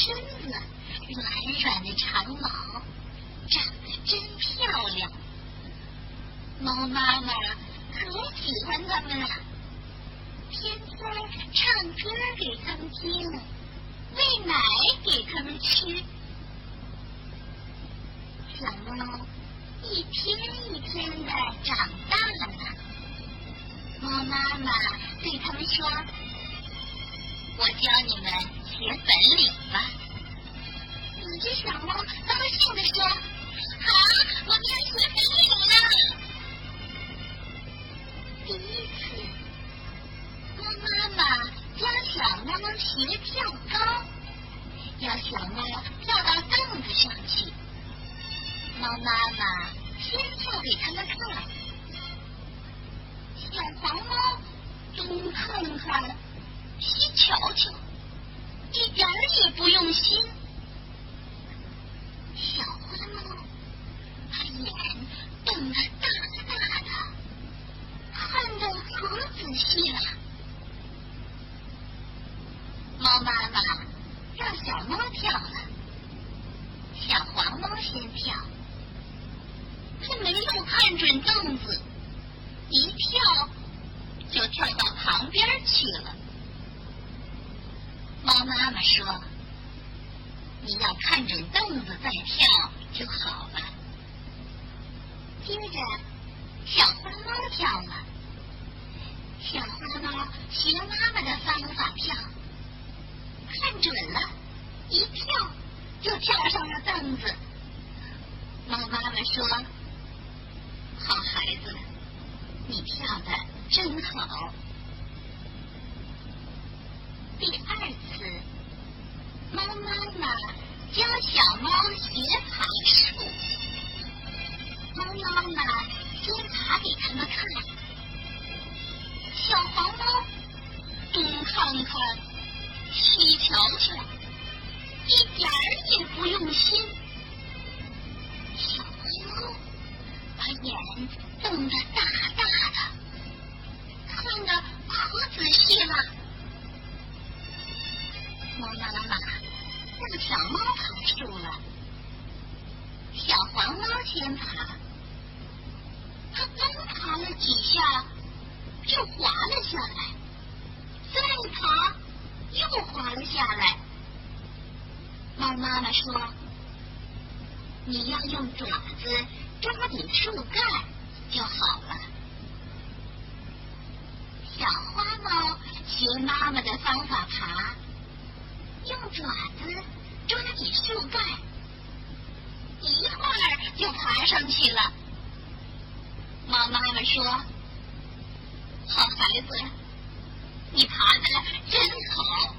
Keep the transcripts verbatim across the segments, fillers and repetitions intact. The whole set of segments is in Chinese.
身子，软软的长毛，长得真漂亮。猫妈妈可喜欢它们了，天天唱歌给它们听，喂奶给它们吃。小猫一天一天的长大了，猫妈妈对它们说：“我教你们学本领吧。”一只小猫高兴地说：“好，我们要学本领了。”第一次，猫妈妈教小猫学跳高，要小猫跳到凳子上去。猫妈妈先跳给他们看，小黄猫东看看，西瞧瞧，一点儿也不用心。小花猫把眼瞪得大大的，看得可仔细了。猫妈妈让小猫跳了，小黄猫先跳，它没有看准凳子，一跳就跳到旁边去了。猫妈妈说：“你要看准凳子再跳就好了。”接着，小花猫跳了，小花猫学妈妈的方法跳，看准了，一跳就跳上了凳子。猫妈妈说：“好孩子，你跳得真好。”第二次，猫妈妈教小猫学爬树。猫妈妈先爬给他们看，小黄猫东看看，西瞧瞧，一点儿也不用心。小黄猫把眼瞪得大大的，看得可仔细了。猫妈妈让小猫爬树了，小黄猫先爬，它刚爬了几下就滑了下来，再爬又滑了下来。猫妈妈说：“你要用爪子抓紧树干就好了。”小花猫学妈妈的方法爬，用爪子抓紧树干，一会儿就爬上去了。猫妈妈说：“好孩子，你爬得真好。”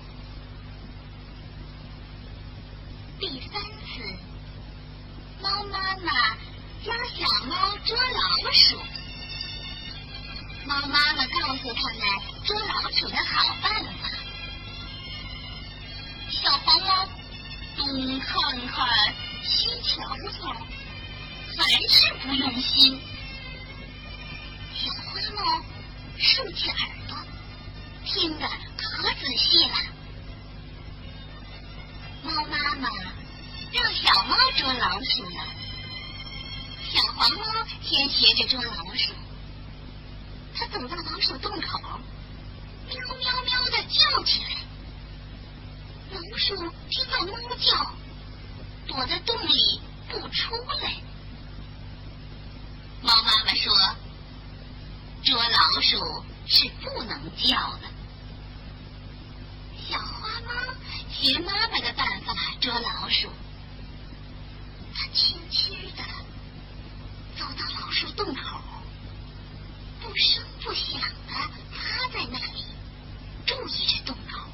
第三次，猫妈妈教小猫捉老鼠。猫妈妈告诉他们捉老鼠的好办法。小黄猫东看看，西瞧瞧，还是不用心。小花猫竖起耳朵，听得可仔细了。猫妈妈让小猫捉老鼠了，小黄猫先学着捉老鼠。它走到老鼠洞口，喵喵喵地叫起来。老鼠听到猫叫，躲在洞里不出来。猫妈妈说：“捉老鼠是不能叫的。”小花猫学妈妈的办法捉老鼠，它轻轻地走到老鼠洞口，不声不响地趴在那里，注意着洞口。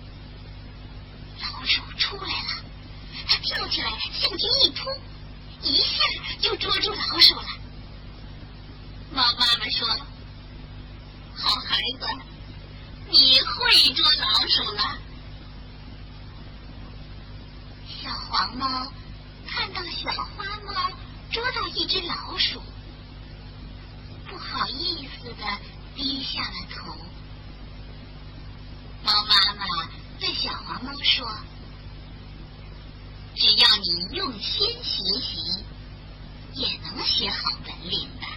老鼠出来了，它跳起来向前一扑，一下就捉住老鼠了。猫妈妈说：“好孩子，你会捉老鼠了。”小黄猫看到小花猫捉到一只老鼠，不好意思地低下了头。猫妈妈对小黄猫说：“ 用心学习，也能学好本领的。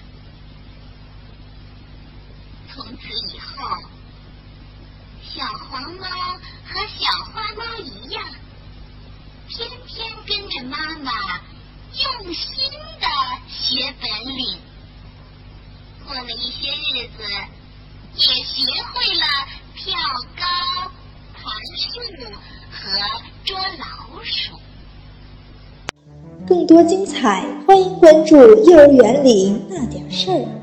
从此以后，小黄猫和小花猫一样，天天跟着妈妈用心的学本领。过了一些日子，也学会了跳高、爬树和捉老鼠。 更多精彩，欢迎关注幼儿园里那点事儿。